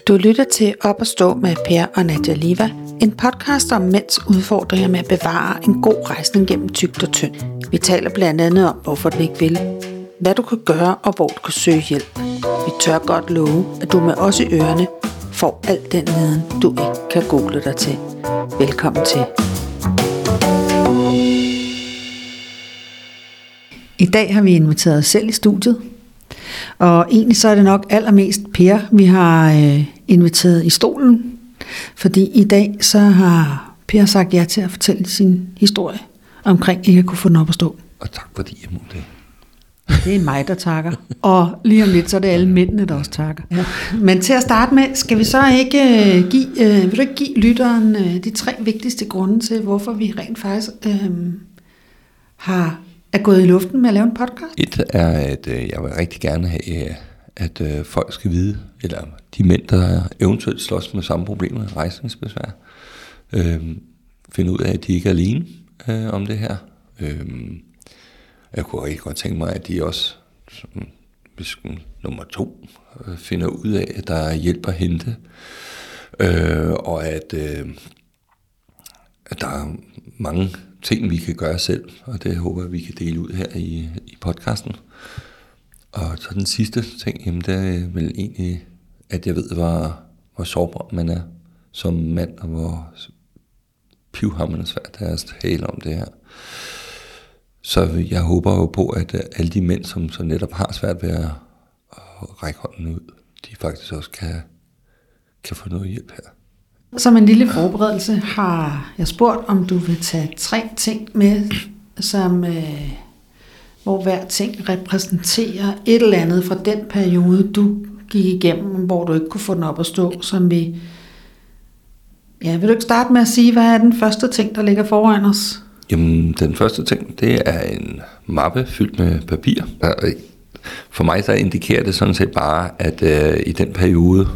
Du lytter til Op at stå med Per og Nadia Liva, en podcast om mænds udfordringer med at bevare en god rejsning gennem tykt og tynd. Vi taler blandt andet om, hvorfor du ikke vil, hvad du kan gøre og hvor du kan søge hjælp. Vi tør godt love, at du med os i ørerne får al den viden, du ikke kan google dig til. Velkommen til. I dag har vi inviteret os selv i studiet. Og egentlig så er det nok allermest Per, vi har inviteret i stolen. Fordi i dag så har Per sagt ja til at fortælle sin historie omkring ikke at kunne få den op at stå. Og tak fordi jeg må det. Det er mig, der takker. Og lige om lidt, så er det alle mændene, der også takker. Ja. Men til at starte med, skal vi så ikke vil du ikke give lytteren de 3 vigtigste grunde til, hvorfor vi rent faktisk er gået i luften med at lave en podcast? Et er, at jeg vil rigtig gerne have, at folk skal vide, eller de mænd, der eventuelt slås med samme problemer, rejsningsbesvær, finde ud af, at de ikke er alene om det her. Jeg kunne rigtig godt tænke mig, at de også, nummer 2, finder ud af, at der er hjælp at hente, og at der er mange ting, vi kan gøre selv, og det håber jeg, vi kan dele ud her i podcasten. Og så den sidste ting, jamen det er vel egentlig, at jeg ved, hvor sårbar man er som mand, og hvor pivhamrende svært det er at tale om det her. Så jeg håber jo på, at alle de mænd, som så netop har svært ved at række hånden ud, de faktisk også kan få noget hjælp her. Som en lille forberedelse har jeg spurgt, om du vil tage 3 ting med, som, hvor hver ting repræsenterer et eller andet fra den periode, du gik igennem, hvor du ikke kunne få den op at stå, som vi... Ja, vil du ikke starte med at sige, hvad er den første ting, der ligger foran os? Jamen, den første ting, det er en mappe fyldt med papir. For mig så indikerer det sådan set bare, at i den periode...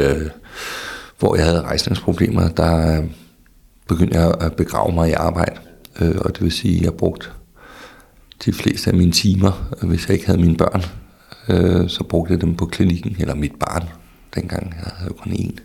hvor jeg havde rejsningsproblemer, der begyndte jeg at begrave mig i arbejde. Og det vil sige, at jeg brugte de fleste af mine timer, hvis jeg ikke havde mine børn, så brugte jeg dem på klinikken, eller mit barn, dengang jeg havde kun 1.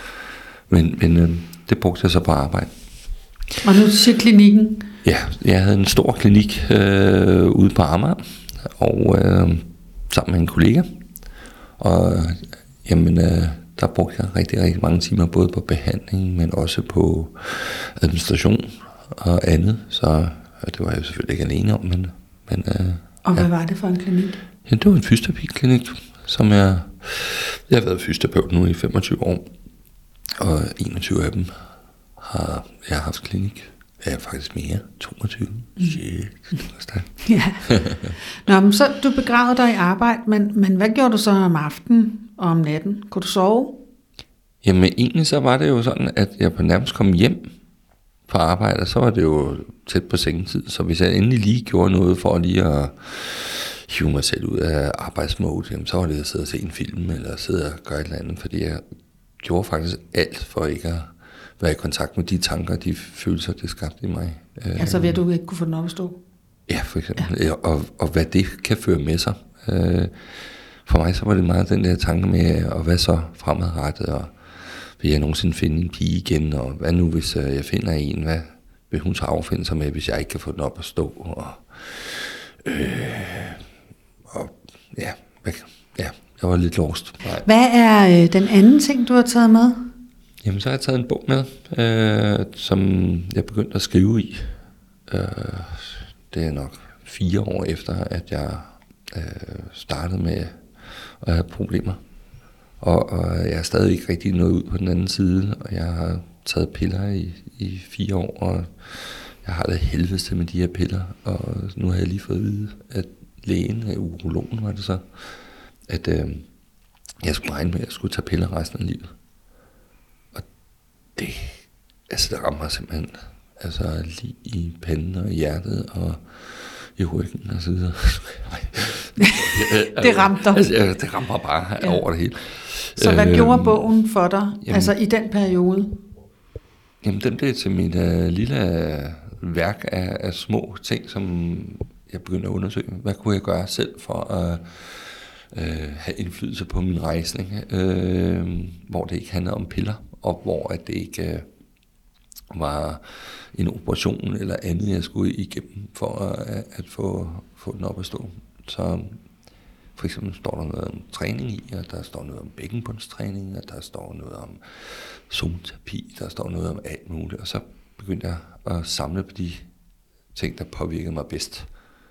Men det brugte jeg så på arbejde. Og nu siger klinikken? Ja, jeg havde en stor klinik ude på Amager, og sammen med en kollega. Og jamen... der brugte jeg rigtig, rigtig mange timer, både på behandling, men også på administration og andet. Så det var jeg jo selvfølgelig ikke alene om. Men og hvad var det for en klinik? Ja, det var en fysioterapiklinik, som jeg har været fysioterapeut nu i 25 år. Og 21 af dem har jeg haft klinik. Ja, faktisk mere. 22. Shit, det var stærkt. Ja. Nå, men så du begravede dig i arbejde, men hvad gjorde du så om aftenen og om natten? Kunne du sove? Jamen egentlig så var det jo sådan, at jeg på nærmest kom hjem fra arbejde, så var det jo tæt på sengetid. Så hvis jeg endelig lige gjorde noget for lige at hive mig selv ud af arbejdsmode, jamen, så var det at sidde og se en film, eller sidde og gøre et eller andet, fordi jeg gjorde faktisk alt for ikke at være i kontakt med de tanker, de følelser, det skabte i mig. Altså ved at du ikke kunne få den op at stå? Ja, for eksempel. Ja. Og hvad det kan føre med sig. For mig så var det meget den der tanke med, og hvad så fremadrettet, og vil jeg nogensinde finde en pige igen, og hvad nu hvis jeg finder en, hvad vil hun så affinde sig med, hvis jeg ikke kan få den op at stå, og ja, jeg var lidt lost. Nej. Hvad er den anden ting, du har taget med? Jamen, så har jeg taget en bog med, som jeg begyndte at skrive i. Det er nok 4 år efter, at jeg startede med at have problemer. Og jeg er stadig ikke rigtig nået ud på den anden side, og jeg har taget piller i 4 år, og jeg har det helvede med de her piller. Og nu har jeg lige fået at vide, at lægen, urologen var det så, at jeg skulle regne med, at jeg skulle tage piller resten af livet. Det rammer mig simpelthen, altså lige i panden og i hjertet og i ryggen og så videre. Det ramte dig. Altså, det rammer bare over det hele. Så hvad gjorde bogen for dig, altså i den periode? Jamen, den blev til mit lille værk af små ting, som jeg begyndte at undersøge. Hvad kunne jeg gøre selv for at have indflydelse på min rejsning, hvor det ikke handlede om piller, og hvor at det ikke var en operation eller andet, jeg skulle igennem for at få den op at stå. Så for eksempel står der noget om træning i, og der står noget om bækkenbundstræning, og der står noget om zoneterapi, der står noget om alt muligt, og så begyndte jeg at samle på de ting, der påvirkede mig bedst.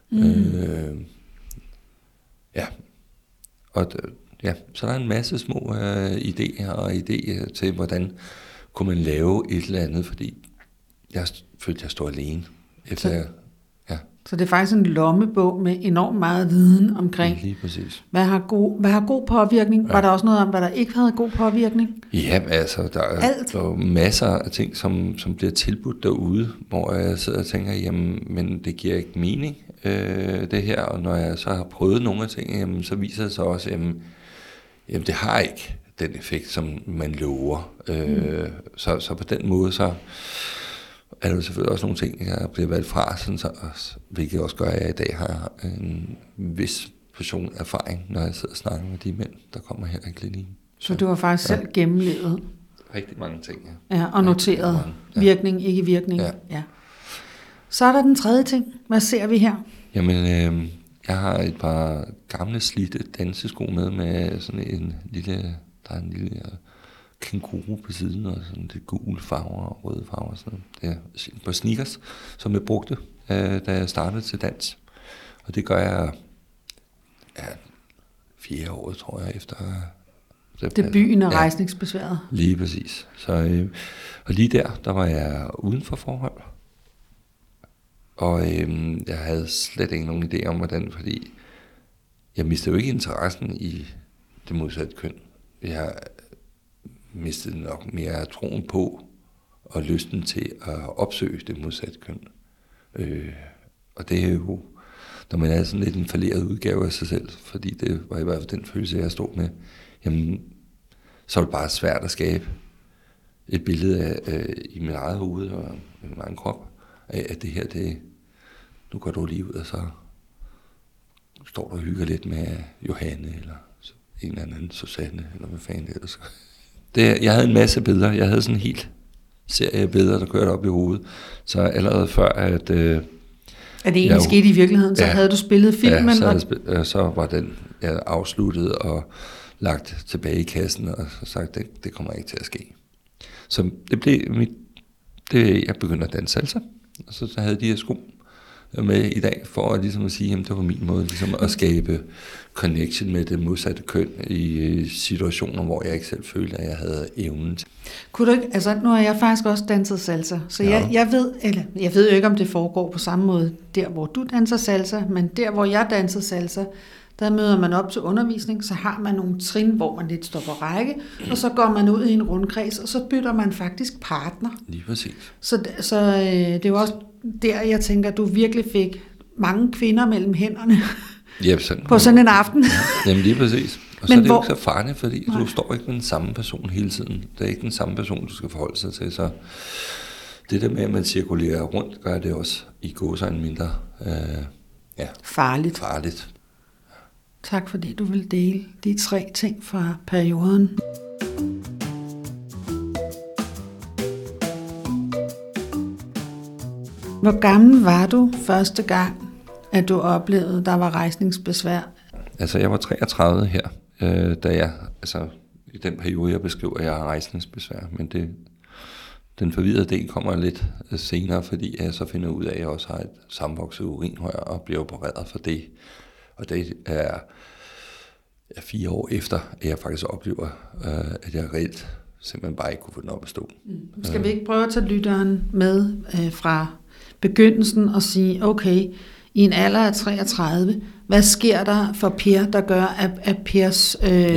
Så der er en masse små idéer til, hvordan kunne man lave et eller andet, fordi jeg følte, jeg stod alene. Så det er faktisk en lommebog med enormt meget viden omkring, lige præcis. Hvad har god påvirkning? Ja. Var der også noget om, hvad der ikke havde god påvirkning? Ja, altså, der er masser af ting, som bliver tilbudt derude, hvor jeg sidder og tænker, jamen, men det giver ikke mening, det her, og når jeg så har prøvet nogle af ting, jamen, så viser det sig også, jamen, det har ikke den effekt, som man lover. Så på den måde, så er der selvfølgelig også nogle ting, jeg bliver valgt fra, sådan så, hvilket også gør, at jeg i dag har en vis portion erfaring, når jeg sidder og snakker med de mænd, der kommer her i klinikken. Så du har faktisk selv gennemlevet? Rigtig mange ting, ja. Og noteret virkning, ikke virkning. Ja. Så er der den tredje ting. Hvad ser vi her? Jamen, jeg har et par gamle slidte dansesko med sådan en lille kænguru på siden, og sådan det gule farver og røde farver. Sådan. Det er på sneakers, som jeg brugte, da jeg startede til dans. Og det gør jeg 4 år, tror jeg, efter debuten af rejsningsbesværet. Lige præcis. Så, og lige der var jeg uden for forhold. Og jeg havde slet ikke nogen idé om, hvordan, fordi jeg mistede jo ikke interessen i det modsatte køn. Jeg mistede nok mere troen på og lysten til at opsøge det modsatte køn. Og det er jo, når man er sådan lidt en falderet udgave af sig selv, fordi det var i hvert fald den følelse, jeg stod med, jamen, så er det bare svært at skabe et billede af i mit eget hoved og min egen krop, af at det her, nu går du lige ud, og så står du og hygger lidt med Johanne, eller en eller anden Susanne, eller hvad fanden det ellers. Jeg havde en masse billeder. Jeg havde sådan en helt serie billeder, der kørte op i hovedet. Så allerede før, at det egentlig skete i virkeligheden, så havde du spillet filmen? Ja, så var den afsluttet og lagt tilbage i kassen, og så sagt, det kommer ikke til at ske. Så det blev jeg begyndte at danse salsa, og så havde de her sko med i dag, for at, ligesom at sige, at det var min måde ligesom at skabe connection med det modsatte køn i situationer, hvor jeg ikke selv følte, at jeg havde evnen til. Kunne du ikke, altså nu har jeg faktisk også danset salsa, så jeg ved jo ikke, om det foregår på samme måde der, hvor du danser salsa, men der, hvor jeg danser salsa, der møder man op til undervisning, så har man nogle trin, hvor man lidt står på række, og så går man ud i en rundkreds, og så bytter man faktisk partner. Lige præcis. Så det er jo også der, jeg tænker, at du virkelig fik mange kvinder mellem hænderne på sådan en aften. Ja, jamen lige præcis. Og så er det jo ikke så farligt, fordi du står ikke med den samme person hele tiden. Det er ikke den samme person, du skal forholde sig til. Så det der med, at man cirkulerer rundt, gør det også i gåseøjne mindre farligt. Tak fordi du vil dele de 3 ting fra perioden. Hvor gammel var du første gang, at du oplevede, der var rejsningsbesvær? Altså, jeg var 33 her, i den periode, jeg beskriver, at jeg har rejsningsbesvær. Men den forvirrede del kommer lidt senere, fordi jeg så finder ud af, at jeg også har et sammenvokset urinrør og bliver opereret for det. Og det er 4 år efter, at jeg faktisk oplever, at jeg reelt simpelthen bare ikke kunne få den op at stå. Skal vi ikke prøve at tage lytteren med fra begyndelsen og sige, okay, i en alder af 33, hvad sker der for Per, der gør, at Pers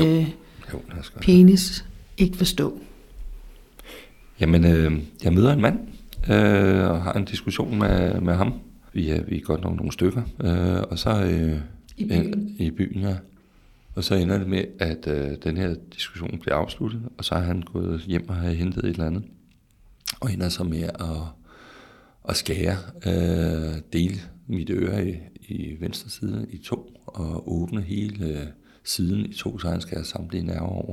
penis ikke vil stå? Jamen, jeg møder en mand og har en diskussion med ham. Vi er godt nok nogle stykker, og så i byen, ja. Og så ender det med, at den her diskussion bliver afsluttet, og så er han gået hjem og har hentet et eller andet, og ender så med at skære, dele mit øre i venstre side i 2, og åbne hele siden i 2, så han skal have samtlige nerver over.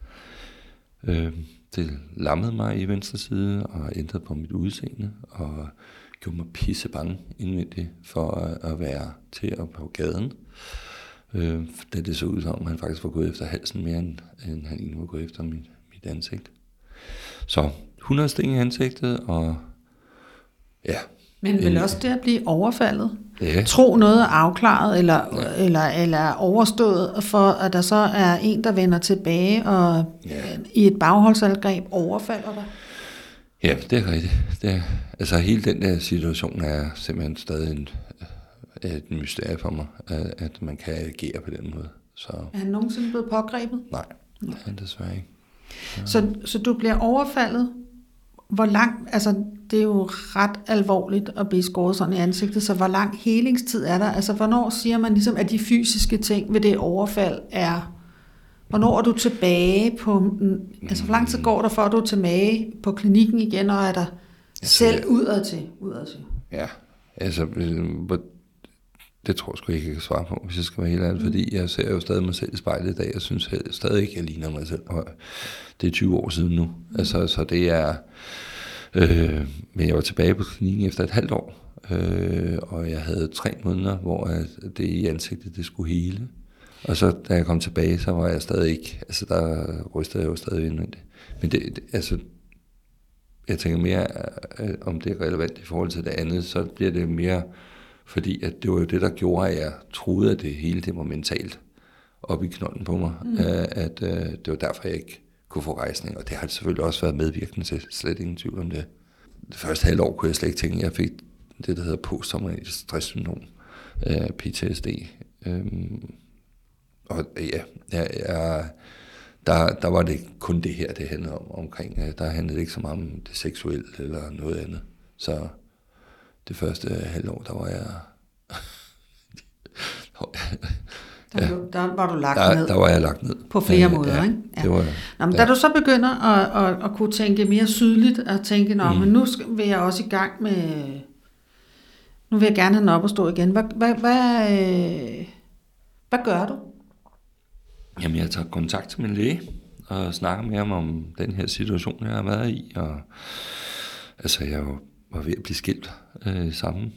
Det lammede mig i venstre side og ændrede på mit udseende og gjorde mig pisse bange indvendigt for at være til at på gaden. Da det så ud som, han faktisk var gået efter halsen mere, end han egentlig var gået efter mit ansigt. Så 100 sting i ansigtet, og ja. Men vil også det at blive overfaldet? Ja. Tro noget er afklaret eller overstået, for at der så er en, der vender tilbage og i et bagholdsangreb overfalder dig? Ja, det er rigtigt. Altså hele den der situation er simpelthen stadig et mysterie for mig, at man kan agere på den måde. Så. Er han nogensinde blevet pågrebet? Nej, desværre ikke. Ja. Så du bliver overfaldet. Hvor lang, altså det er jo ret alvorligt at blive skåret sådan i ansigtet, så hvor lang helingstid er der? Altså hvornår siger man ligesom, at de fysiske ting ved det overfald er, hvornår er du tilbage på, altså hvor lang tid går der for, at du er tilbage på klinikken igen, og er der selv udad til? Ja, altså det tror jeg sgu ikke, jeg kan svare på, hvis jeg skal være helt ærlig, fordi jeg ser jo stadig mig selv i spejlet i dag, og synes stadig ikke, jeg ligner mig selv. Og det er 20 år siden nu. Altså, så det er... men jeg var tilbage på klinikken efter et halvt år, og jeg havde 3 måneder, hvor det i ansigtet, det skulle hele. Og så da jeg kom tilbage, så var jeg stadig ikke... Altså, der rystede jeg jo stadig indvendigt. Men altså... Jeg tænker mere, om det er relevant i forhold til det andet, så bliver det mere... Fordi at det var jo det, der gjorde, at jeg troede, at det hele det var mentalt op i knolden på mig. At det var derfor, jeg ikke kunne få rejsning. Og det har selvfølgelig også været medvirkende til, slet ingen tvivl om det. Det første halvår kunne jeg slet ikke tænke, at jeg fik det, der hedder posttraumatisk stresssyndrom, PTSD. Og ja, der var det kun det her, det handlede omkring. Der handlede det ikke så meget om det seksuelle eller noget andet. Så... Det første halvår, der var jeg... Der var du lagt ned. Der var jeg lagt ned. På flere måder, ikke? Ja. Det var, Nå, men da du så begynder at kunne tænke mere sydligt, og tænke, men nu vil jeg også i gang med... Nu vil jeg gerne have den op og stå igen. Hvad gør du? Jamen, jeg tager kontakt til min læge, og snakker med ham om den her situation, jeg har været i. Og altså, jeg var ved at blive skilt samme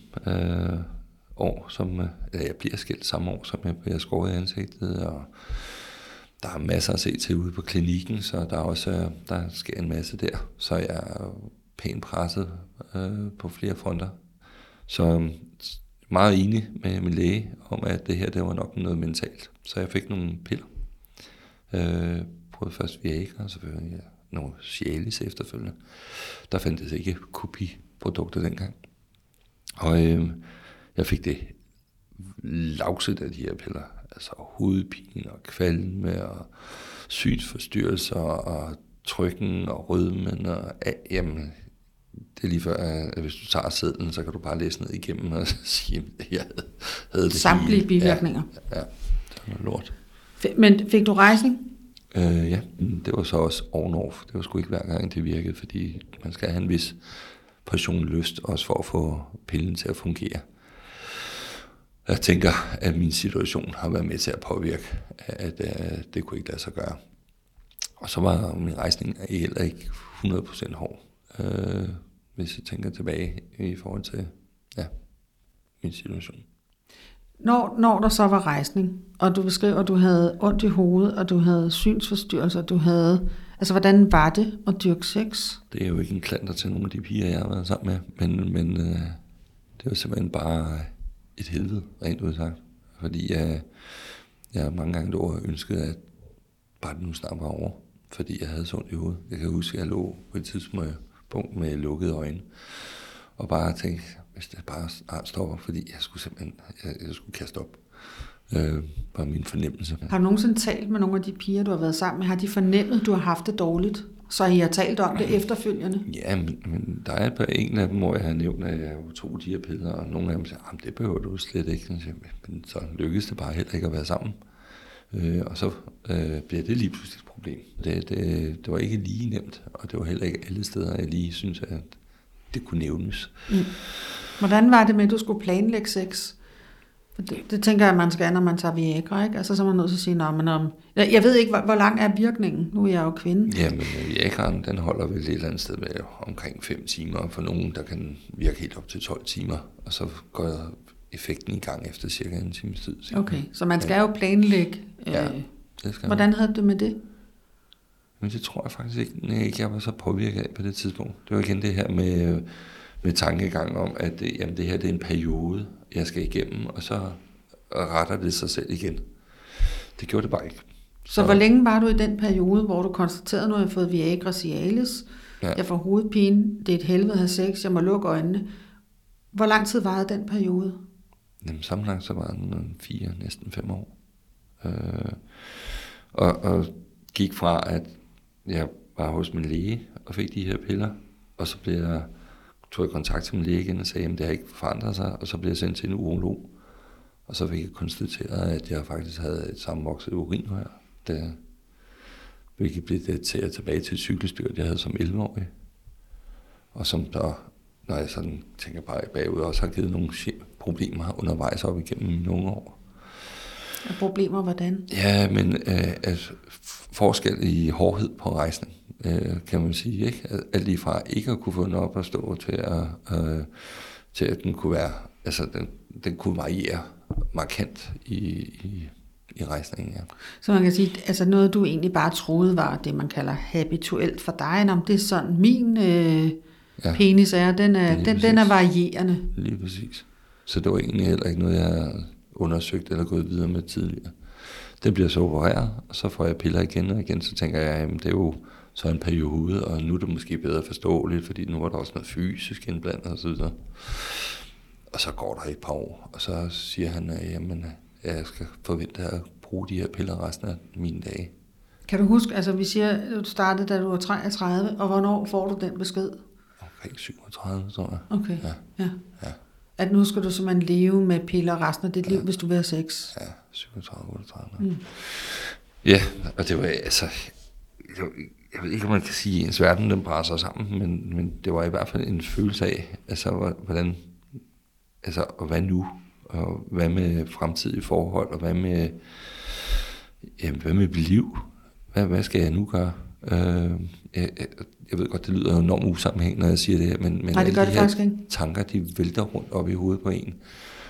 år, som jeg bliver skilt samme år, som jeg bliver skåret i ansigtet, og der er masser at se til ude på klinikken, så der sker en masse der, så jeg er pænt presset på flere fronter. Så meget enig med min læge om, at det her, det var nok noget mentalt. Så jeg fik nogle piller. Prøvede først Viagra, og selvfølgelig nogle Cialis efterfølgende. Der fandtes ikke kopiprodukter dengang. Og jeg fik det lavset af de her piller. Altså hovedpine og kvalme og synsforstyrrelser og trykken og rødmen og jamen, det er lige før, at hvis du tager sedlen, så kan du bare læse ned igennem og sige, at jeg havde det. Samtlige bivirkninger. Ja, det var lort. Men fik du rejsning? Ja, det var så også on-off. Det var sgu ikke hver gang, det virkede, fordi man skal have en vis portion lyst, også for at få pillen til at fungere. Jeg tænker, at min situation har været med til at påvirke, at det kunne ikke lade sig gøre. Og så var min rejsning heller ikke 100% hård, hvis jeg tænker tilbage i forhold til min situation. Når der så var rejsning, og du beskriver, at du havde ondt i hovedet, og du havde synsforstyrrelser, du havde... Altså, hvordan var det at dyrke sex? Det er jo ikke en klanter til nogle af de piger, jeg har været sammen med, men det var simpelthen bare et helvede, rent udsagt. Fordi jeg mange gange ønskede, at bare det nu snart var over, fordi jeg havde så ondt i hovedet. Jeg kan huske, at jeg lå på et tidspunkt med lukkede øjne, og bare tænkte, hvis det bare snart stopper, fordi jeg skulle simpelthen jeg skulle kaste op. Var min fornemmelse. Har du nogensinde talt med nogle af de piger, du har været sammen med? Har de fornemmet, at du har haft det dårligt? Så I har talt om det efterfølgende? Ja, men der er en af dem, hvor jeg har nævnt, at jeg tog de her piller, og nogle af dem siger, det behøver du slet ikke. Men så lykkedes det bare heller ikke at være sammen. Og så bliver det lige pludselig et problem. Det var ikke lige nemt, og det var heller ikke alle steder, jeg lige synes, at det kunne nævnes. Hvordan var det med, at du skulle planlægge sex? Det tænker jeg, man skal, når man tager Viagra, ikke? Altså, så er man nødt til at sige, jeg ved ikke, hvor lang er virkningen. Nu er jeg jo kvinde. Ja, men Viagraen, den holder vel et eller andet sted med omkring 5 timer. For nogen, der kan virke helt op til 12 timer. Og så går effekten i gang efter cirka en times tid. Okay, så man skal jo planlægge. Ja, det skal Hvordan havde du med det? Men det tror jeg faktisk ikke, jeg var så påvirket af på det tidspunkt. Det var igen det her med tankegang om, at jamen, det her det er en periode, jeg skal igennem, og så retter det sig selv igen. Det gjorde det bare ikke. Så hvor længe var du i den periode, hvor du konstaterede, nu har jeg fået Viagra Cialis, jeg får hovedpine, det er et helvede at have sex, jeg må lukke øjnene. Hvor lang tid varede den periode? Jamen sammenlagt så var den 4, næsten 5 år. Og gik fra, at jeg var hos min læge og fik de her piller, og så tog jeg kontakt til min læge igen og sagde, at det har ikke forandret sig, og så blev jeg sendt til en urolog. Og så fik jeg konstateret, at jeg faktisk havde et sammenvokset urinrør, hvilket blev dateret tilbage til et cykelstyrt, jeg havde som 11-årig. Og som der, når jeg sådan tænker bare bagud, også har givet nogle problemer undervejs op igennem mine unge år. Og problemer hvordan? Ja, men forskel i hårdhed på rejsning, kan man sige, ikke? Alt lige fra ikke at kunne få den op at stå til at den kunne være, altså den kunne variere markant i rejsningen, ja. Så man kan sige, altså noget du egentlig bare troede var det, man kalder habituelt for dig, om det er sådan, min penis er, den er varierende. Lige præcis. Så det var egentlig heller ikke noget, jeg havde undersøgt eller gået videre med tidligere. Det bliver så opereret, og så får jeg piller igen og igen, så tænker jeg, jamen det er jo så en periode, og nu er det måske bedre forståeligt, fordi nu er der også noget fysisk indblandet og så videre. Og så går der et par år, og så siger han, jamen jeg skal forvente at bruge de her piller resten af mine dage. Kan du huske, altså vi siger, at du startede, da du var 33, og hvornår får du den besked? Omkring 37, tror jeg. Okay, ja. At nu skal du simpelthen leve med piller resten af dit liv, hvis du vil have sex. Ja, 37-38. Ja, og det var altså, jeg ved ikke, om man kan sige, at ens verden den brænder sig sammen, men det var i hvert fald en følelse af, altså hvordan, altså og hvad nu, og hvad med fremtidige forhold, og hvad med mit liv, hvad skal jeg nu gøre? Jeg ved godt, det lyder enormt usammenhængende, når jeg siger det her, men nej, det gør det faktisk ikke. Tanker, de vælter rundt op i hovedet på en.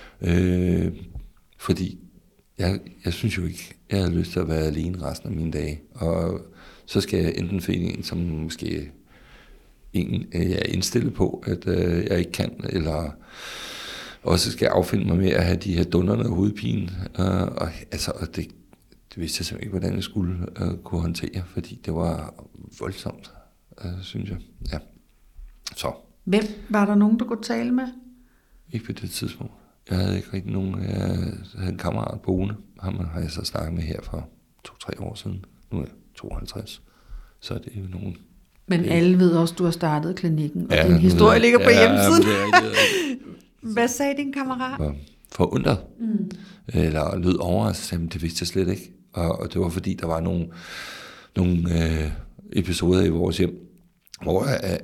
Fordi jeg synes jo ikke, jeg havde lyst til at være alene resten af mine dage. Og så skal jeg enten finde en, som måske jeg er indstillet på, at jeg ikke kan, eller også skal affinde mig med at have de her dundrende hovedpine. Og det vidste jeg simpelthen ikke, hvordan jeg skulle kunne håndtere, fordi det var voldsomt, synes jeg. Ja. Så. Hvem? Var der nogen, du kunne tale med? Ikke på det tidspunkt. Jeg havde ikke rigtig nogen. Jeg havde en kammerat boende. Ham har jeg så snakket med her for 2-3 år siden. Nu er jeg 52. Så er det jo nogen. Men alle ved også, at du har startet klinikken, og din historie ligger på hjemmesiden. Hvad sagde din kammerat? Forundret. Eller lød overrasket. Det vidste jeg slet ikke. Og det var fordi, der var nogle episoder i vores hjem, hvor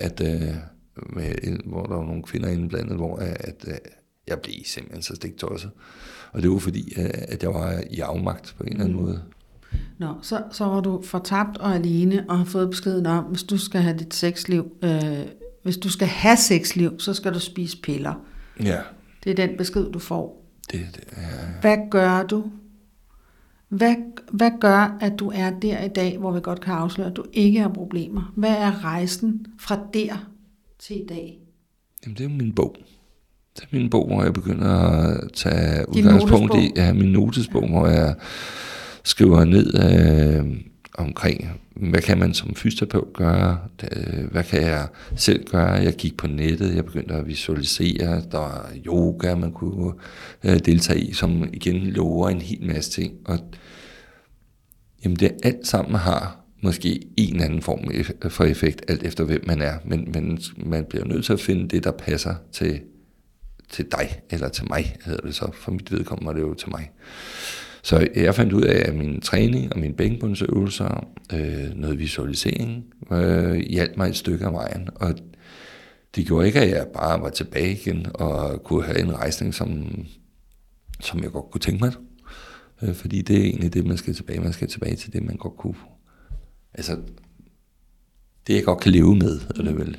hvor der var nogle kvinder indblandet, hvor jeg blev simpelthen så stiktosset. Og det var fordi, at jeg var i afmagt på en eller anden måde. Nå, så var du fortabt og alene, og har fået beskeden om, hvis du skal have dit sexliv, hvis du skal have sexliv, så skal du spise piller. Ja. Det er den besked, du får. Ja. Hvad gør du? Hvad gør, at du er der i dag, hvor vi godt kan afsløre, at du ikke har problemer? Hvad er rejsen fra der til i dag? Jamen, det er jo min bog. Det er min bog, hvor jeg begynder at tage udgangspunkt i min notesbog, hvor jeg skriver ned omkring, hvad kan man som fysioterapeut gøre, hvad kan jeg selv gøre. Jeg gik på nettet, jeg begyndte at visualisere, der var yoga, man kunne deltage i, som igen lover en hel masse ting. Og jamen det alt sammen har måske en anden form for effekt, alt efter hvem man er, men man bliver nødt til at finde det, der passer til dig, eller til mig, hedder det så. For mit vedkommende er det jo til mig. Så jeg fandt ud af, at min træning og mine bænkbundsøvelser, noget visualisering, hjalp mig et stykke af vejen. Og det gjorde ikke, at jeg bare var tilbage igen og kunne have en rejsning, som som jeg godt kunne tænke mig. Fordi det er egentlig det, man skal tilbage. Man skal tilbage til det, man godt kunne... Altså, det jeg godt kan leve med, er det vel.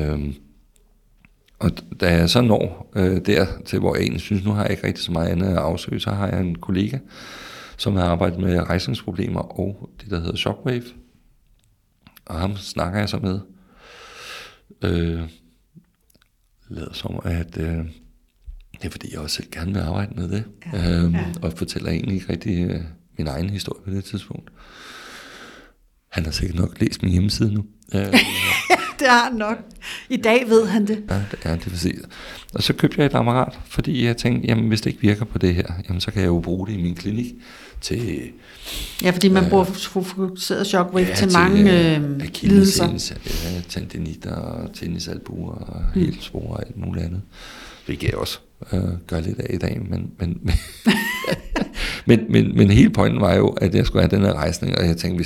Og da jeg så når der til, hvor jeg egentlig synes, nu har jeg ikke rigtig så meget andet at afsøge, så har jeg en kollega, som har arbejdet med rejsningsproblemer og det, der hedder Shockwave. Og ham snakker jeg så med. Lader som, at det er fordi, jeg også selv gerne vil arbejde med det. Og fortæller egentlig ikke rigtig min egen historie på det tidspunkt. Han har sikkert nok læst min hjemmeside nu. Det har han nok. I dag ved han det. Ja, det er præcis. Og så købte jeg et apparat, fordi jeg tænkte, jamen hvis det ikke virker på det her, jamen så kan jeg jo bruge det i min klinik til... Ja, fordi man bruger fokuseret Shockwave til mange lidelser. Tendinitter og tennisalbuer og hælspor og alt muligt andet. Hvilket jeg også gør lidt af i dag, men hele pointen var jo, at jeg skulle have den her rejsning, og jeg tænkte,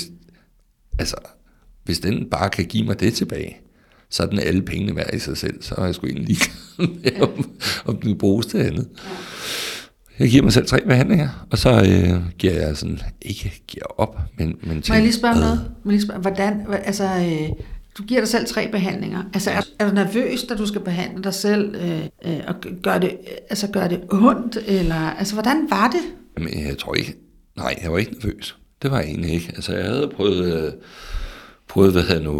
hvis den bare kan give mig det tilbage, så er den alle pengene værd i sig selv, så er jeg sgu egentlig ligeglad med, om den bruges til andet. Jeg giver mig selv 3 behandlinger, og så giver jeg sådan, ikke giver op, men Må jeg lige spørge noget? Hvordan, du giver dig selv 3 behandlinger. Altså, er du nervøs, da du skal behandle dig selv, og gør det ondt, eller, altså, hvordan var det? Jamen, jeg tror ikke, nej, jeg var ikke nervøs. Det var jeg egentlig ikke. Altså, jeg havde prøvet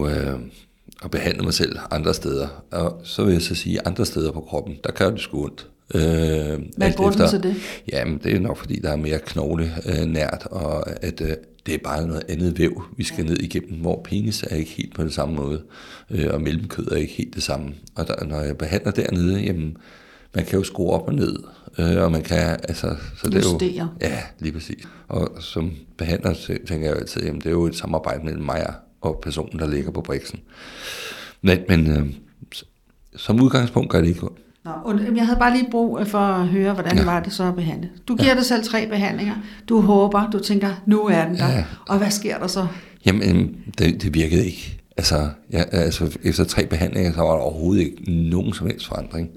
at behandle mig selv andre steder, og så vil jeg så sige, andre steder på kroppen, der gør det sgu ondt. Hvad er grunden til det? Jamen, det er nok, fordi der er mere knogle nært, og at det er bare noget andet væv, vi skal ned igennem, hvor penis er ikke helt på det samme måde, og mellemkød er ikke helt det samme. Og når jeg behandler dernede, jamen, man kan jo skrue op og ned, og man kan, altså... Så det er jo, ja, lige præcis. Og som behandler, tænker jeg altid, jamen, det er jo et samarbejde mellem mig og personen, der ligger på briksen. Men som udgangspunkt gør det ikke ondt. Jeg havde bare lige brug for at høre, hvordan var det så at behandle. Du giver dig selv 3 behandlinger. Du håber, du tænker, nu er den der. Ja. Og hvad sker der så? Jamen, det virkede ikke. Altså, efter 3 behandlinger, så var der overhovedet ikke nogen som helst forandring.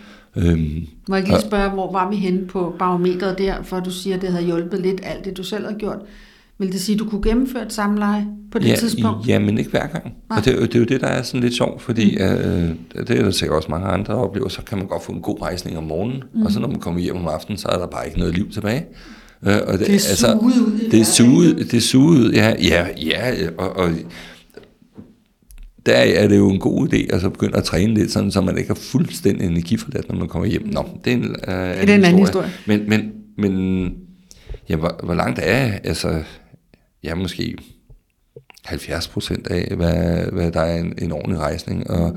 Må jeg lige spørge, hvor var vi henne på barometeret der, for du siger, at det havde hjulpet lidt alt det, du selv havde gjort. Vil det sige, at du kunne gennemføre et samleje på det tidspunkt? Ja, men ikke hver gang. Nej. Og det er jo det, der er sådan lidt sjovt, fordi det er der sikkert også mange andre oplever, så kan man godt få en god rejsning om morgenen, og så når man kommer hjem om aftenen, så er der bare ikke noget liv tilbage. Og det er suget ud. Det er suget ud, ja, og der er det jo en god idé at så begynde at træne lidt, sådan, så man ikke har fuldstændig energiforladt, når man kommer hjem. Nå, det er en anden historie. Men ja, hvor langt er jeg? Altså, jeg er måske 70% af, hvad der er en ordentlig rejsning, og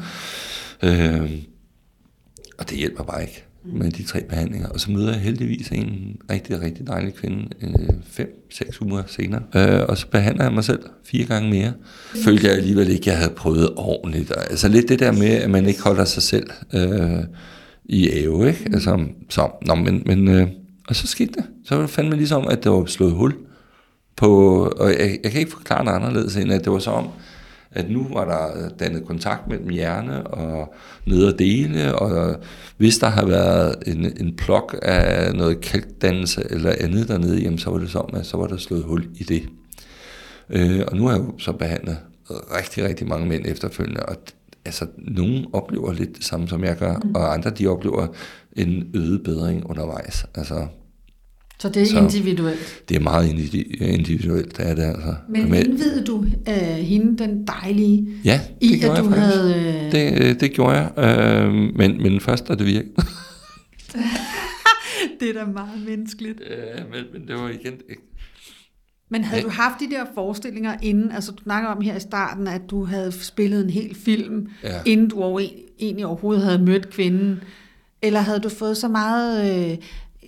det hjælper bare ikke med de 3 behandlinger. Og så møder jeg heldigvis en rigtig, rigtig dejlig kvinde 5-6 uger senere, og så behandler jeg mig selv 4 gange mere. Følte jeg alligevel ikke, jeg havde prøvet ordentligt. Altså lidt det der med, at man ikke holder sig selv i æve, ikke? Altså, og så skete det. Så var det fandme ligesom, at det var slået hul på, og jeg kan ikke forklare det anderledes, end at det var så om, at nu var der dannet kontakt mellem hjerne og nedre dele, og hvis der har været en plok af noget kalkdannelse eller andet dernede, jamen så var det som, at så var der slået hul i det. Og nu har jeg jo så behandlet rigtig, rigtig mange mænd efterfølgende, og altså, nogen oplever lidt det samme, som jeg gør, og andre, de oplever en øget bedring undervejs. Altså, så det er individuelt? Det er meget individuelt, det er det altså. Men indvidede du hende, den dejlige, ja, det i, at du faktisk. Havde... Det gjorde jeg, men først, da det virkede. Det er da meget menneskeligt. Men det var igen... Men havde du haft de der forestillinger inden, altså du snakker om her i starten, at du havde spillet en hel film, inden du egentlig overhovedet havde mødt kvinden, eller havde du fået så meget,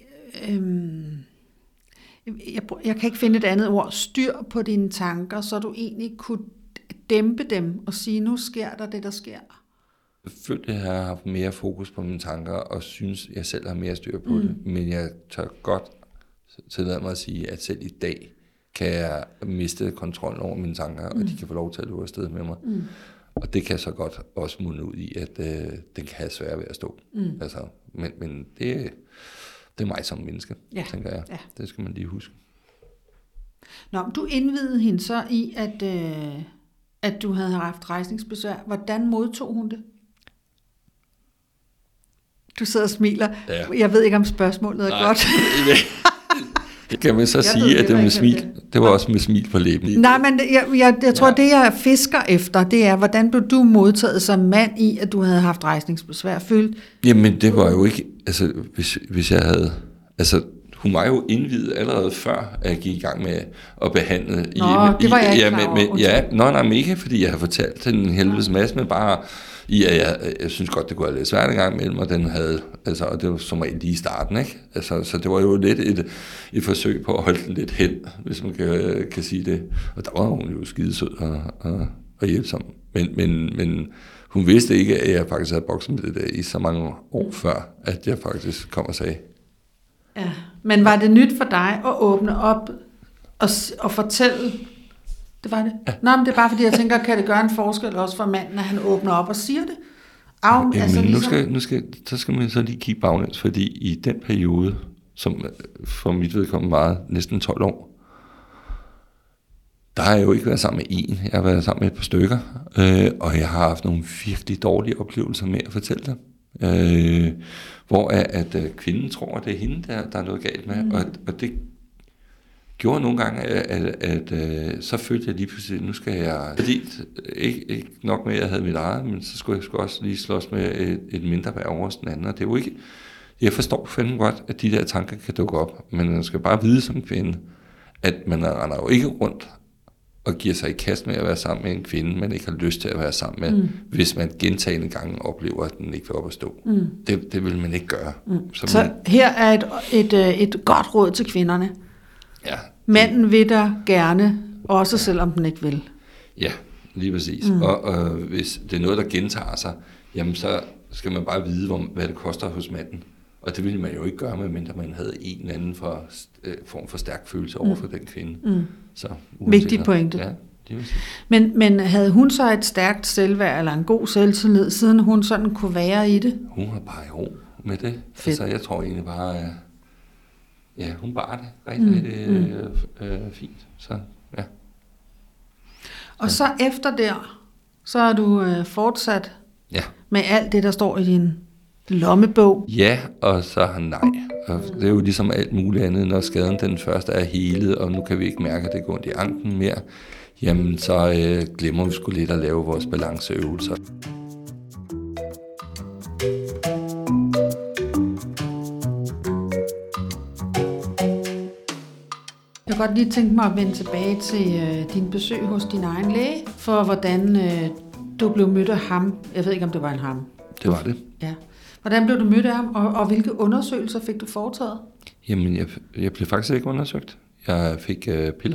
jeg kan ikke finde et andet ord, styr på dine tanker, så du egentlig kunne dæmpe dem og sige, nu sker der det, der sker? Jeg følte, at jeg har haft mere fokus på mine tanker, og synes, at jeg selv har mere styr på det, men jeg tør godt tillade mig at sige, at selv i dag, kan jeg miste kontrollen over mine tanker, og de kan få lov til at løbe afsted med mig. Og det kan så godt også munde ud i, at den kan have svært ved at stå. Altså, men det det er mig som menneske, tænker jeg. Ja. Det skal man lige huske. Nå, du indvidede hende så i, at du havde haft rejsningsbesvær. Hvordan modtog hun det? Du sidder og smiler. Ja. Jeg ved ikke, om spørgsmålet er godt. Kan man så sige, at det med smil, det var også med smil på læben? Nej, men jeg tror, det jeg fisker efter, det er, hvordan blev du modtaget som mand i, at du havde haft rejsningsbesvær? Jamen, det var jo ikke, altså, hvis jeg havde, altså, hun var jo indviet allerede før, at jeg gik i gang med at behandle. Det var jeg ikke klar over. Men ikke fordi jeg har fortalt en helvedes masse, men bare jeg synes godt, det kunne være lidt svært en gang imellem, og den havde, altså, og det var som regel lige i starten, ikke? Altså, så det var jo lidt et forsøg på at holde den lidt hen, hvis man kan sige det. Og der var hun jo skidesød og hjælpsom. Men hun vidste ikke, at jeg faktisk havde bokset med det der i så mange år før, at jeg faktisk kom og sagde. Ja, men var det nyt for dig at åbne op og fortælle? Det var det? Ja. Nå, men det er bare fordi, jeg tænker, kan det gøre en forskel også for manden, når han åbner op og siger det? Så skal man så lige kigge baglæns, fordi i den periode, som for mit vedkommende meget næsten 12 år, der har jeg jo ikke været sammen med en. Jeg har været sammen med et par stykker, og jeg har haft nogle virkelig dårlige oplevelser med at fortælle det. Hvor at kvinden tror, at det er hende, der er noget galt med, og det gjorde nogle gange, at så følte jeg lige pludselig, nu skal jeg, fordi ikke nok med, at jeg havde mit eget, men så skulle jeg også lige slås med et mindre værd over den anden, og det er jo ikke, jeg forstår fandme godt, at de der tanker kan dukke op, men man skal bare vide som kvinde, at man render jo ikke rundt og giver sig i kast med at være sammen med en kvinde, man ikke har lyst til at være sammen med, hvis man gentagne gange oplever, at den ikke vil op at stå. Det vil man ikke gøre. Så her er et godt råd til kvinderne. Ja. Manden vil dig gerne, også selvom den ikke vil. Ja, lige præcis. Og hvis det er noget, der gentager sig, jamen så skal man bare vide, hvad det koster hos manden. Og det ville man jo ikke gøre, medmindre man havde en eller anden form for stærk følelse over for den kvinde. Så, vigtig pointe. Ja, men havde hun så et stærkt selvværd, eller en god selvtillid, siden hun sådan kunne være i det? Hun var bare i ro med det. Altså, jeg tror egentlig bare, hun bar det rigtig fint. Så, ja. Og så efter der, så er du fortsat med alt det, der står i din lommebog. Ja, og så nej. Og det er jo ligesom alt muligt andet, når skaden den første er helet, og nu kan vi ikke mærke, at det går ondt i anklen mere, jamen så glemmer vi sgu lidt at lave vores balanceøvelser. Jeg kan godt lige tænke mig at vende tilbage til din besøg hos din egen læge, for hvordan du blev mødt af ham. Jeg ved ikke, om det var en ham. Det var det. Ja. Hvordan blev du mødt af ham, og hvilke undersøgelser fik du foretaget? Jamen, jeg blev faktisk ikke undersøgt. Jeg fik piller.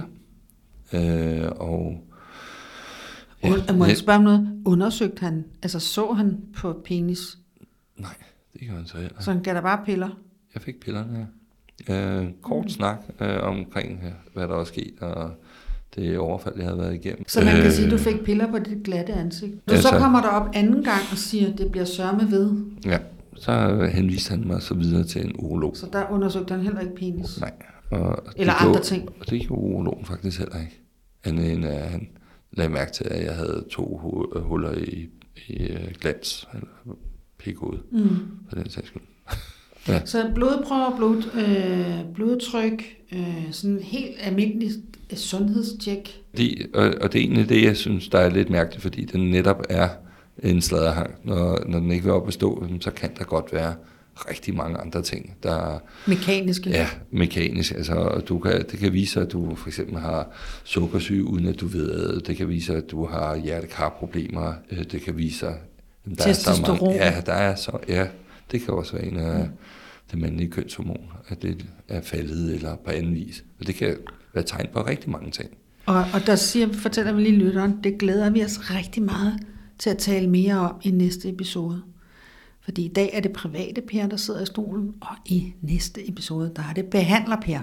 Må jeg spørge om noget? Undersøgte han, altså så han på penis? Nej, det gjorde han så heller. Så han gav dig bare piller? Jeg fik pillerne, ja. Kort snak omkring, hvad der var sket, og det overfald, jeg havde været igennem. Så man kan sige, at du fik piller på dit glatte ansigt. Du så kommer der op anden gang og siger, at det bliver sørme ved. Ja, så henviste han mig så videre til en urolog. Så der undersøgte han heller ikke penis? Nej. Eller andre ting? Og det gjorde urologen faktisk heller ikke. End han lagde mærke til, at jeg havde 2 huller i glans, eller pikhoved, på den sags skyld. Ja. Så blodprøver, blodtryk, sådan helt almindeligt sundhedstjek. Og det er egentlig det, jeg synes, der er lidt mærkeligt, fordi den netop er en sladderhang. Når den ikke vil op at stå, så kan der godt være rigtig mange andre ting, der... Mekaniske? Ja, mekanisk. Altså, det kan vise, at du for eksempel har sukkersyge, uden at du ved det. Det kan vise, at du har hjertekarproblemer. Det kan vise, at der testosteron. Det kan også være en af det mandlige kønshormon, at det er faldet eller på anden vis. Og det kan være tegn på rigtig mange ting. Og der fortæller vi lige lytteren, det glæder vi os rigtig meget til at tale mere om i næste episode. Fordi i dag er det private Per, der sidder i stolen, og i næste episode, der er det behandler Per.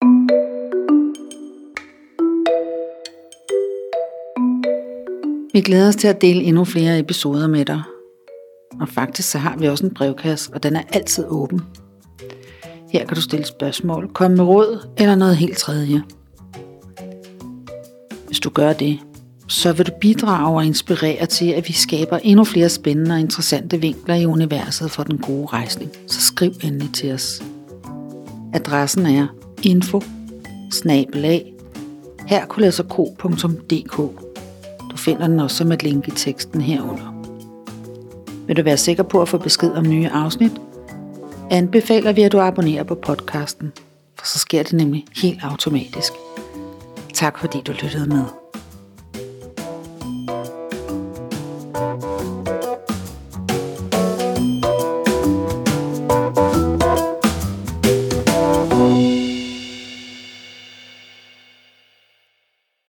Vi glæder os til at dele endnu flere episoder med dig. Og faktisk så har vi også en brevkasse, og den er altid åben. Her kan du stille spørgsmål, komme med råd eller noget helt tredje. Hvis du gør det, så vil du bidrage og inspirere til, at vi skaber endnu flere spændende og interessante vinkler i universet for den gode rejsning. Så skriv endelig til os. Adressen er info@herkulesogco.dk. Du finder den også som et link i teksten herunder. Vil du være sikker på at få besked om nye afsnit? Anbefaler vi, at du abonnerer på podcasten, for så sker det nemlig helt automatisk. Tak fordi du lyttede med.